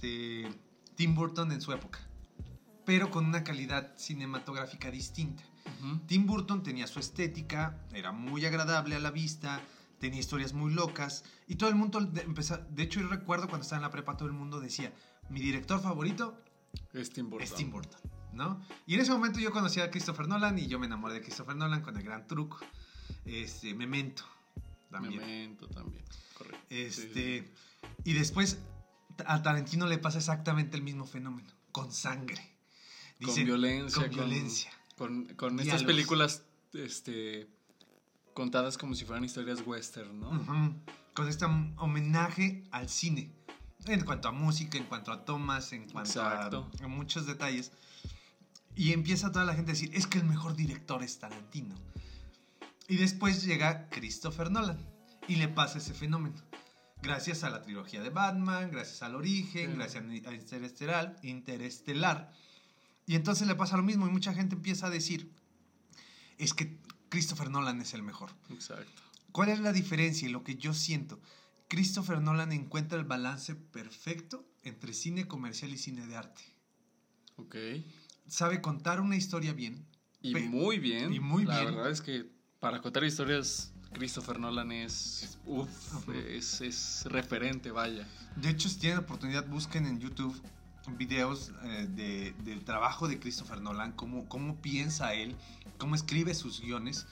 Tim Burton en su época, pero con una calidad cinematográfica distinta. Uh-huh. Tim Burton tenía su estética, era muy agradable a la vista, tenía historias muy locas y todo el mundo empezó. De hecho, yo recuerdo cuando estaba en la prepa, todo el mundo decía, mi director favorito es Tim Burton, ¿no? Y en ese momento yo conocí a Christopher Nolan y yo me enamoré de Christopher Nolan con El Gran Truco, Memento también, correcto. Sí. Y después a Tarantino le pasa exactamente el mismo fenómeno, con sangre. Con violencia. Con estas películas contadas como si fueran historias western, ¿no? Uh-huh. Con este homenaje al cine, en cuanto a música, en cuanto a tomas, en cuanto a muchos detalles. Y empieza toda la gente a decir, es que el mejor director es Tarantino. Y después llega Christopher Nolan. y le pasa ese fenómeno. Gracias a la trilogía de Batman, gracias al Origen, gracias a Interestelar. Y entonces le pasa lo mismo y mucha gente empieza a decir, es que Christopher Nolan es el mejor. Exacto. ¿Cuál es la diferencia? Y lo que yo siento, Christopher Nolan encuentra el balance perfecto entre cine comercial y cine de arte. Ok. Sabe contar una historia bien. Y muy bien. Y muy la bien. verdad es que para contar historias, Christopher Nolan es referente, vaya. De hecho, si tienen oportunidad, busquen en YouTube videos del trabajo de Christopher Nolan, cómo piensa él, cómo escribe sus guiones,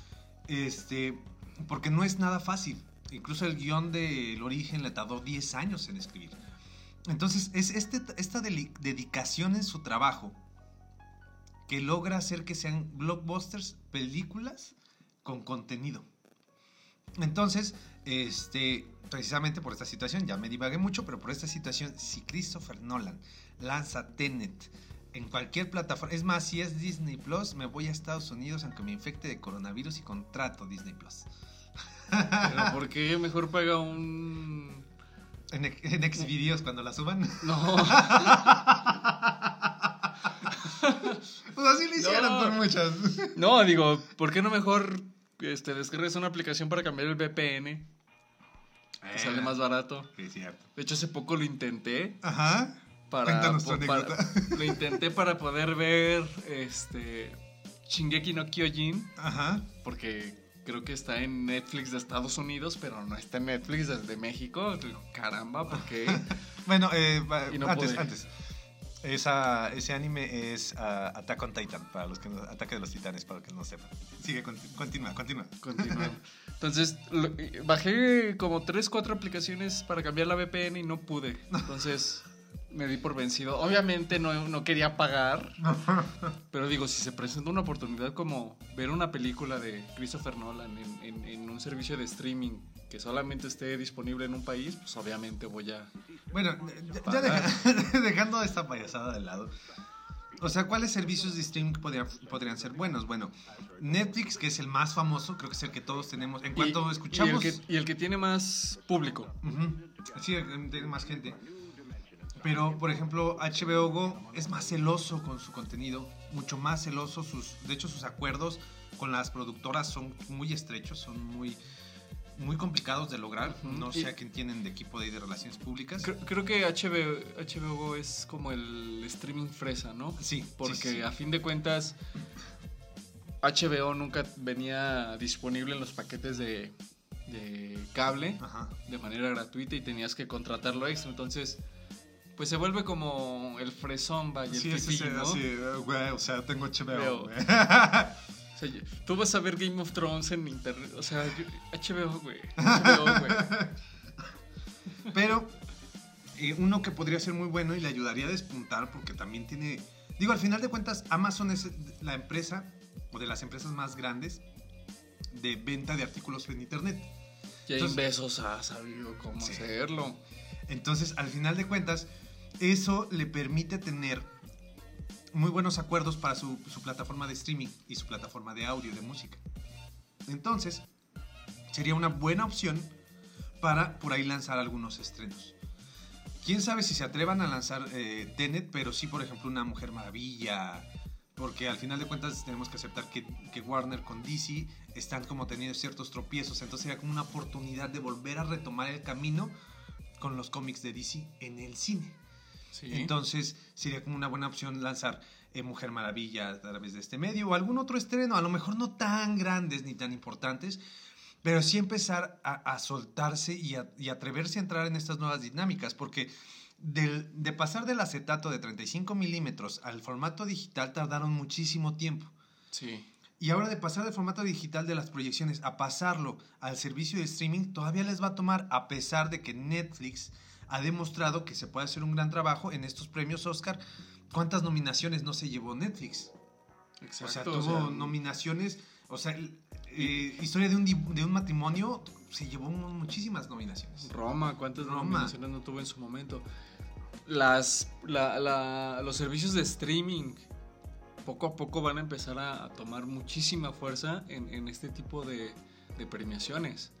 porque no es nada fácil. Incluso el guión del Origen le tardó 10 años en escribir. Entonces, es esta dedicación en su trabajo que logra hacer que sean blockbusters, películas con contenido. Entonces, precisamente por esta situación, ya me divagué mucho, pero por esta situación, si Christopher Nolan lanza Tenet en cualquier plataforma, es más, si es Disney Plus, me voy a Estados Unidos aunque me infecte de coronavirus y contrato Disney Plus. Pero ¿por qué mejor paga un...? En Xvideos cuando la suban. No. Pues así lo hicieron por muchas. No, digo, ¿por qué no mejor descargas una aplicación para cambiar el VPN? Que sale más barato. Sí, cierto. De hecho, hace poco lo intenté. Ajá. Cuéntanos tu anécdota. Lo intenté para poder ver Shingeki no Kyojin. Ajá. Porque creo que está en Netflix de Estados Unidos, pero no está en Netflix desde México. Caramba, ¿por qué? Bueno, no antes. Ese anime es Attack on Titan, para los que no, Ataque de los Titanes, para los que no sepan. Sigue, continúa. Entonces, bajé como 3-4 aplicaciones para cambiar la VPN y no pude. Entonces, me di por vencido. Obviamente no quería pagar, pero digo, si se presenta una oportunidad como ver una película de Christopher Nolan en un servicio de streaming que solamente esté disponible en un país, pues obviamente voy a... Bueno, ya dejando esta payasada de lado, o sea, ¿cuáles servicios de streaming podrían ser buenos? Bueno, Netflix, que es el más famoso, creo que es el que todos tenemos. En cuanto escuchamos... Y el que tiene más público. Sí, tiene más gente. Pero, por ejemplo, HBO Go es más celoso con su contenido, mucho más celoso. De hecho, sus acuerdos con las productoras son muy estrechos, son muy complicados de lograr. No sé a quién tienen de equipo de relaciones públicas. Creo que HBO Go es como el streaming fresa, ¿no? Sí. Porque sí. a fin de cuentas, HBO nunca venía disponible en los paquetes de cable. Ajá. De manera gratuita y tenías que contratarlo extra. Entonces, pues se vuelve como el fresón, vaya, el fifí, ¿no? Sí, güey, o sea, tengo HBO, güey. O sea, tú vas a ver Game of Thrones en internet, o sea, HBO, güey. Pero uno que podría ser muy bueno y le ayudaría a despuntar porque también tiene... Digo, al final de cuentas, Amazon es la empresa o de las empresas más grandes de venta de artículos en internet. Jeff Bezos ha sabido cómo hacerlo. Entonces, al final de cuentas, eso le permite tener muy buenos acuerdos para su plataforma de streaming y su plataforma de audio, de música. Entonces, sería una buena opción para por ahí lanzar algunos estrenos. Quién sabe si se atrevan a lanzar Tenet, pero sí, por ejemplo, una Mujer Maravilla, porque al final de cuentas tenemos que aceptar que Warner con DC están como teniendo ciertos tropiezos, entonces sería como una oportunidad de volver a retomar el camino con los cómics de DC en el cine. Sí. Entonces sería como una buena opción lanzar Mujer Maravilla a través de este medio o algún otro estreno, a lo mejor no tan grandes ni tan importantes, pero sí empezar a soltarse y atreverse a entrar en estas nuevas dinámicas, porque de pasar del acetato de 35 milímetros al formato digital tardaron muchísimo tiempo. Sí. Y ahora de pasar del formato digital de las proyecciones a pasarlo al servicio de streaming, todavía les va a tomar, a pesar de que Netflix ha demostrado que se puede hacer un gran trabajo en estos premios Oscar. ¿Cuántas nominaciones no se llevó Netflix? Exacto. O sea, tuvo nominaciones, o sea, Historia de un matrimonio se llevó muchísimas nominaciones. Roma, ¿cuántas nominaciones no tuvo en su momento? Los servicios de streaming poco a poco van a empezar a tomar muchísima fuerza en este tipo de premiaciones.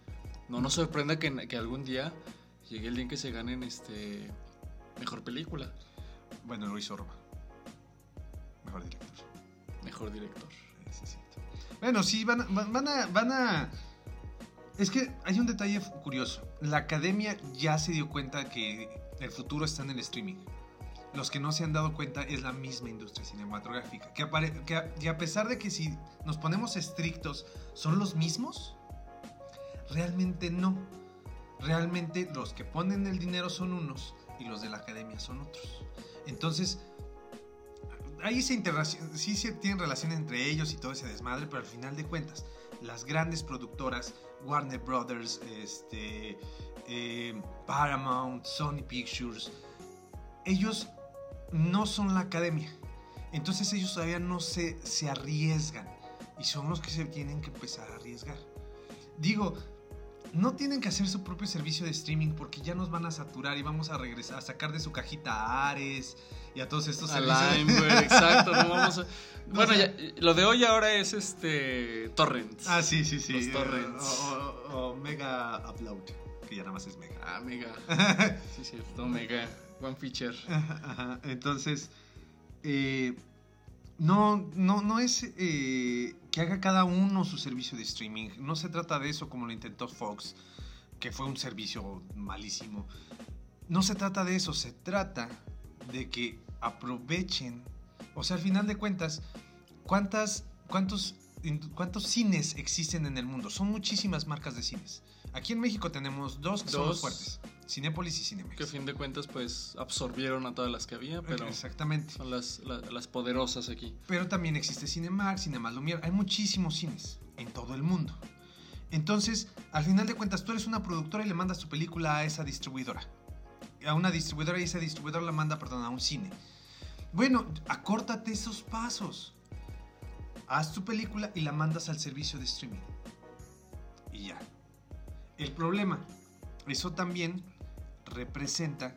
no nos sorprenda que algún día llegue el día en que se ganen mejor película. Bueno, lo hizo Roma. Mejor director. Mejor director. Sí, sí. Bueno, sí, van a... Es que hay un detalle curioso. La academia ya se dio cuenta que el futuro está en el streaming. Los que no se han dado cuenta es la misma industria cinematográfica. Que a pesar de que si nos ponemos estrictos son los mismos, realmente no. Realmente los que ponen el dinero son unos y los de la academia son otros. Entonces, ahí sí se tienen relación entre ellos y todo ese desmadre, pero al final de cuentas, las grandes productoras, Warner Brothers, Paramount, Sony Pictures, ellos no son la academia. Entonces ellos todavía no se arriesgan y son los que se tienen que empezar a arriesgar. Digo, no tienen que hacer su propio servicio de streaming porque ya nos van a saturar y vamos a regresar a sacar de su cajita a Ares y a todos estos servicios. Limeware, exacto, no vamos a... Bueno, ya, lo de hoy ahora es torrents. Ah, sí. Los torrents. O Mega Upload, que ya nada más es Mega. Ah, Mega. Sí, cierto, Mega. One feature. Ajá. Entonces, no es que haga cada uno su servicio de streaming. No se trata de eso como lo intentó Fox, que fue un servicio malísimo. No se trata de eso, se trata de que aprovechen. O sea, al final de cuentas, ¿cuántos cines existen en el mundo? Son muchísimas marcas de cines. Aquí en México tenemos dos que son los fuertes: Cinépolis y Cinemex. Que a fin de cuentas pues absorbieron a todas las que había, pero exactamente. Son las poderosas aquí. Pero también existe Cinemark, Cinemas Lumière, hay muchísimos cines en todo el mundo. Entonces, al final de cuentas, tú eres una productora y le mandas tu película a esa distribuidora. A una distribuidora y esa distribuidora la manda, a un cine. Bueno, acórtate esos pasos. Haz tu película y la mandas al servicio de streaming. Y ya. El problema, eso también representa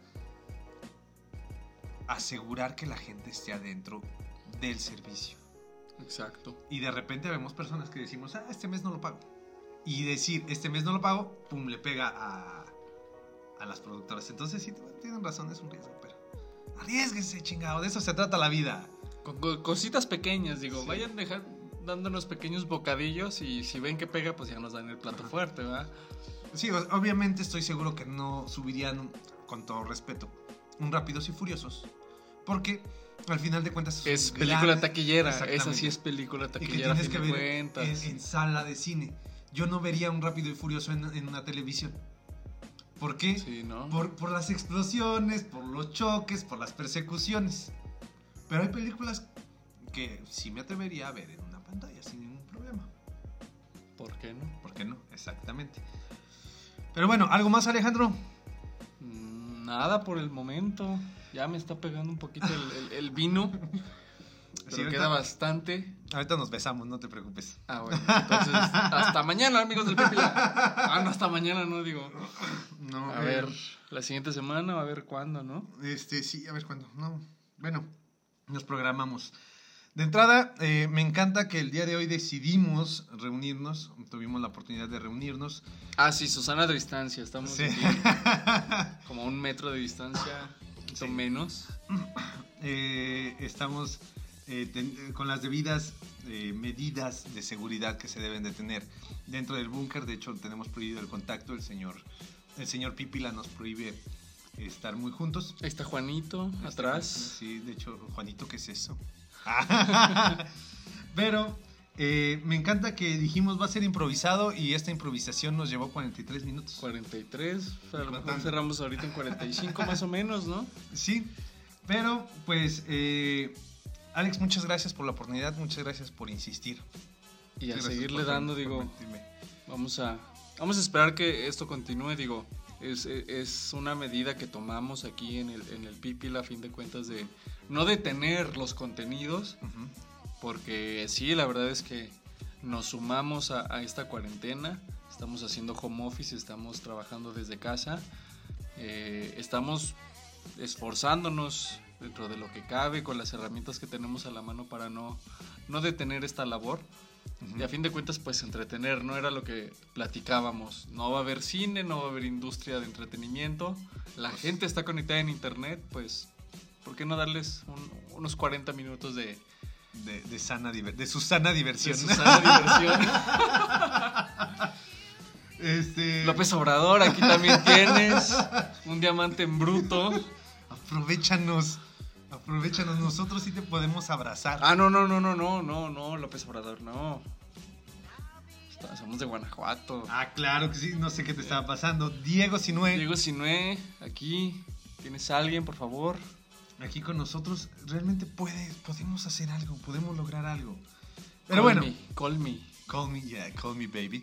asegurar que la gente esté adentro del servicio. Exacto. Y de repente vemos personas que decimos, este mes no lo pago. Y decir, este mes no lo pago, pum, le pega a las productoras. Entonces sí, tienen razón, es un riesgo, pero arriésguense, chingado, de eso se trata la vida. Con cositas pequeñas, digo, sí. Vayan dándonos pequeños bocadillos y si ven que pega, pues ya nos dan el plato fuerte, ¿verdad? Sí, obviamente estoy seguro que no subirían, con todo respeto, un Rápidos y Furiosos, porque al final de cuentas es película taquillera, esa sí es película taquillera. Y que tienes que ver en sala de cine. Yo no vería un Rápido y Furioso en una televisión. ¿Por qué? Sí, ¿no? Por las explosiones, por los choques, por las persecuciones. Pero hay películas que sí me atrevería a ver en una pantalla sin ningún problema. ¿Por qué no? ¿Por qué no? Exactamente. Pero bueno, ¿algo más, Alejandro? Nada por el momento. Ya me está pegando un poquito el vino. Pero sí, queda bastante. Ahorita nos besamos, no te preocupes. Ah, bueno. Entonces, hasta mañana, amigos del Pipila. No, hasta mañana, no digo. No, a ver, la siguiente semana, a ver cuándo, ¿no? Sí, a ver cuándo. No. Bueno, nos programamos. De entrada, me encanta que el día de hoy decidimos reunirnos. Tuvimos la oportunidad de reunirnos. Ah, sí, Susana de distancia. Estamos sí. Aquí como a 1 metro de distancia, un poquito menos. Estamos con las debidas medidas de seguridad que se deben de tener dentro del búnker. De hecho, tenemos prohibido el contacto. El señor Pipila nos prohíbe estar muy juntos. Ahí está Juanito, atrás. Sí, de hecho, Juanito, ¿qué es eso? Pero me encanta que dijimos va a ser improvisado y esta improvisación nos llevó 43 minutos. 43, a lo mejor cerramos ahorita en 45 más o menos, ¿no? Sí, pero pues Alex, muchas gracias por la oportunidad, muchas gracias por insistir. Y a seguirle dando, digo, vamos a esperar que esto continúe, digo. Es una medida que tomamos aquí en el Pipila, a fin de cuentas, de no detener los contenidos, porque sí, la verdad es que nos sumamos a esta cuarentena, estamos haciendo home office, estamos trabajando desde casa, estamos esforzándonos dentro de lo que cabe con las herramientas que tenemos a la mano para no detener esta labor. Y a fin de cuentas, pues entretener, ¿no? Era lo que platicábamos. No va a haber cine, no va a haber industria de entretenimiento. La gente está conectada en internet, pues, ¿por qué no darles unos 40 minutos de su sana diversión? De su sana diversión. López Obrador, aquí también tienes un diamante en bruto. Aprovéchanos, nosotros sí te podemos abrazar. No, López Obrador, no. Somos de Guanajuato. Claro que sí, no sé qué te estaba pasando. Diego Sinué, aquí, ¿tienes a alguien, por favor? Aquí con nosotros, realmente podemos hacer algo, podemos lograr algo. Pero bueno. Call me, baby.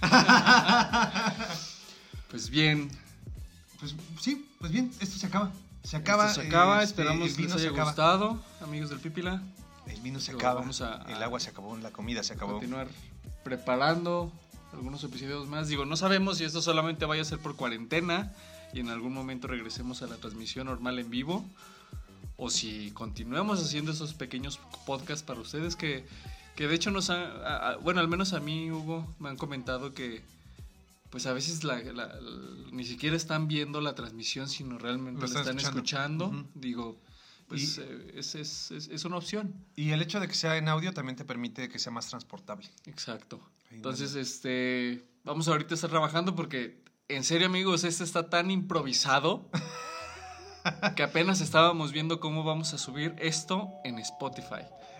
Pues bien. Pues bien, esto se acaba. Esperamos que les haya gustado, amigos del Pípila. El vino se acaba, el agua se acabó, la comida se acabó. Continuar preparando algunos episodios más. Digo, no sabemos si esto solamente vaya a ser por cuarentena y en algún momento regresemos a la transmisión normal en vivo, o si continuamos haciendo esos pequeños podcasts para ustedes que de hecho bueno, al menos a mí, Hugo, me han comentado que pues a veces ni siquiera están viendo la transmisión, sino realmente la están escuchando. Uh-huh. Digo, pues es una opción. Y el hecho de que sea en audio también te permite que sea más transportable. Exacto. Entonces, vamos ahorita a estar trabajando porque, en serio, amigos, está tan improvisado que apenas estábamos viendo cómo vamos a subir esto en Spotify.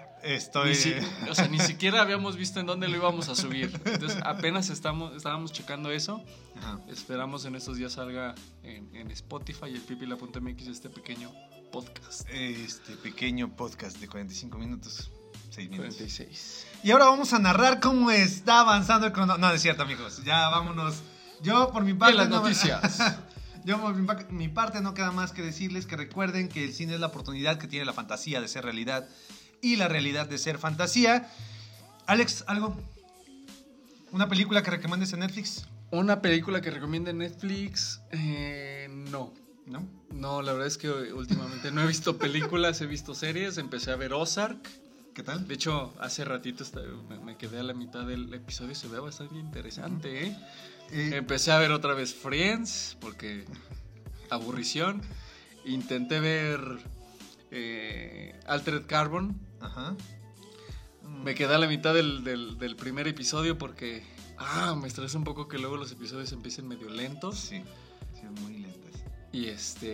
Ni siquiera habíamos visto en dónde lo íbamos a subir. Entonces apenas estábamos checando eso. Ajá. Esperamos en estos días salga en Spotify y el pipila.mx este pequeño podcast. Este pequeño podcast de 45 minutos, 6 minutos. 46. Y ahora vamos a narrar cómo está avanzando el cronómetro. No, es cierto, amigos. Ya vámonos. Yo por mi parte... las noticias. Yo por mi parte no queda más que decirles que recuerden que el cine es la oportunidad que tiene la fantasía de ser realidad y la realidad de ser fantasía. Alex, ¿algo? ¿Una película que recomiendes en Netflix? ¿Una película que recomiende en Netflix? No. ¿No? No, la verdad es que últimamente no he visto películas, he visto series. Empecé a ver Ozark. ¿Qué tal? De hecho, hace ratito me quedé a la mitad del episodio y se ve bastante interesante, ¿eh? Empecé a ver otra vez Friends, porque aburrición. Intenté ver Altered Carbon. Ajá. Me quedé a la mitad del primer episodio porque me estresa un poco que luego los episodios empiecen medio lentos. Sí, muy lentos. Y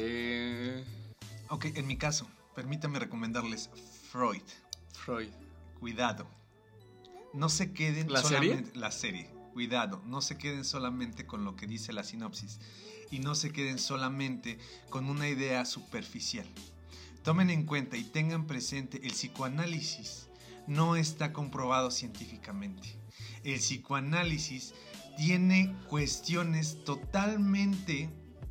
Ok, en mi caso, permítame recomendarles Freud. Cuidado. No se queden solamente... ¿La serie? Cuidado, no se queden solamente con lo que dice la sinopsis y no se queden solamente con una idea superficial. Tomen en cuenta y tengan presente, el psicoanálisis no está comprobado científicamente. El psicoanálisis tiene cuestiones totalmente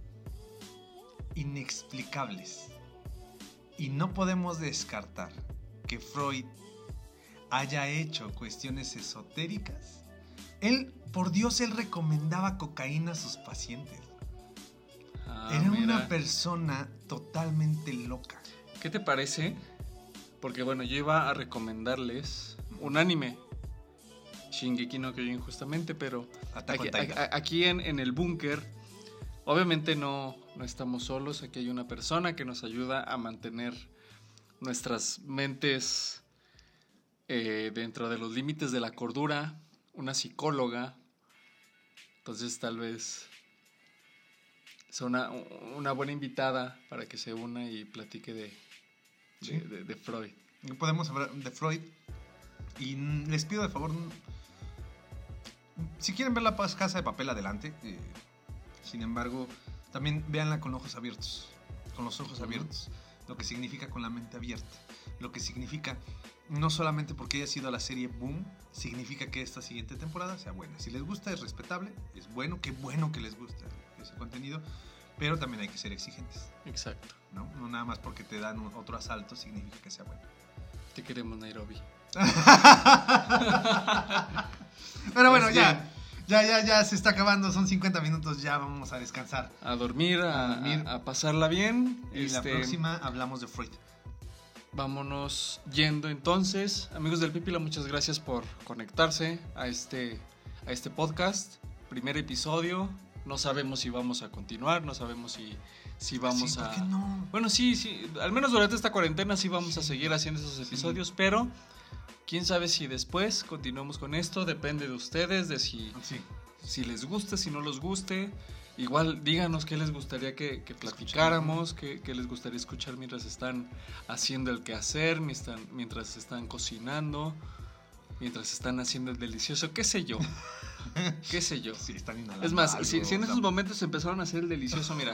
inexplicables y no podemos descartar que Freud haya hecho cuestiones esotéricas. Por Dios, él recomendaba cocaína a sus pacientes. Era una persona totalmente loca. ¿Qué te parece? Porque bueno, yo iba a recomendarles un anime, Shingeki no Kyojin justamente, pero aquí en el búnker, obviamente no estamos solos. Aquí hay una persona que nos ayuda a mantener nuestras mentes dentro de los límites de la cordura, una psicóloga. Entonces tal vez sea una buena invitada para que se una y platique de Freud. Podemos hablar de Freud y les pido de favor, si quieren ver La Casa de Papel, adelante. Sin embargo, también véanla con ojos abiertos, con los ojos abiertos, lo que significa con la mente abierta, lo que significa no solamente porque haya sido la serie boom, significa que esta siguiente temporada sea buena. Si les gusta, es respetable, es bueno, qué bueno que les gusta ese contenido, pero también hay que ser exigentes. Exacto. No nada más porque te dan otro asalto significa que sea bueno. Te queremos, Nairobi. Pero bueno, ya se está acabando, son 50 minutos, ya vamos a descansar. A dormir, a pasarla bien. Y la próxima hablamos de Freud. vámonos yendo entonces. Amigos del Pipila, muchas gracias por conectarse a este podcast. Primer episodio. No sabemos si vamos a continuar, no sabemos si vamos ¿Por a... qué no? Bueno, sí, al menos durante esta cuarentena sí vamos a seguir haciendo esos episodios, pero quién sabe si después continuemos con esto, depende de ustedes, de si les gusta, si no les guste. Igual díganos qué les gustaría que platicáramos, qué les gustaría escuchar mientras están haciendo el quehacer, mientras están cocinando, mientras están haciendo el delicioso, qué sé yo. Sí, están inhalando. Es más, algo, si en esos momentos empezaron a hacer el delicioso, mira,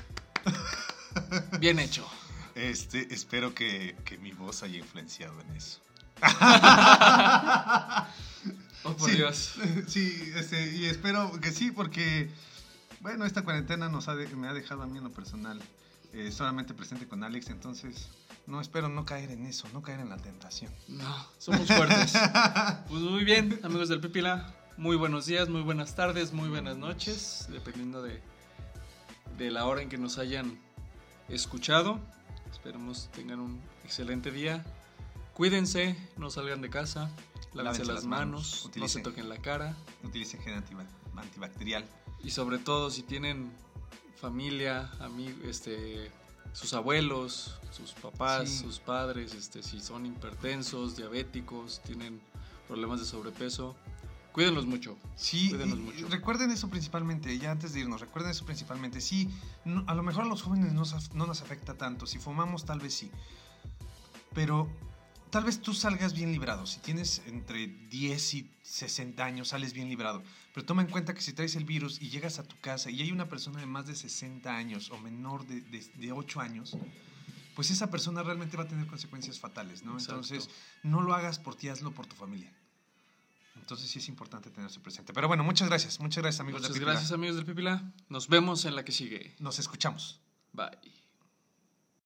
bien hecho. Espero que mi voz haya influenciado en eso. Oh, por Dios. Sí, y espero que sí, porque, bueno, esta cuarentena me ha dejado a mí en lo personal solamente presente con Alex, entonces espero no caer en eso, no caer en la tentación. No, somos fuertes. Pues muy bien, amigos del Pipila, muy buenos días, muy buenas tardes, muy buenas noches, dependiendo de la hora en que nos hayan escuchado. Esperemos tengan un excelente día. Cuídense, no salgan de casa, lávense las manos, no se toquen la cara. Utilicen gel antibacterial. Y sobre todo, si tienen familia, sus abuelos, sus papás, sus padres, si son hipertensos, diabéticos, tienen problemas de sobrepeso, cuídenlos mucho. Sí, mucho. Recuerden eso principalmente, ya antes de irnos, Sí, a lo mejor a los jóvenes no nos afecta tanto. Si fumamos, tal vez sí. Pero tal vez tú salgas bien librado. Si tienes entre 10 y 60 años, sales bien librado. Pero toma en cuenta que si traes el virus y llegas a tu casa y hay una persona de más de 60 años o menor de 8 años, pues esa persona realmente va a tener consecuencias fatales, ¿no? Exacto. Entonces, no lo hagas por ti, hazlo por tu familia. Entonces sí es importante tenerse presente. Pero bueno, muchas gracias amigos del Pipila. Muchas gracias amigos del Pipila. Nos vemos en la que sigue. Nos escuchamos. Bye.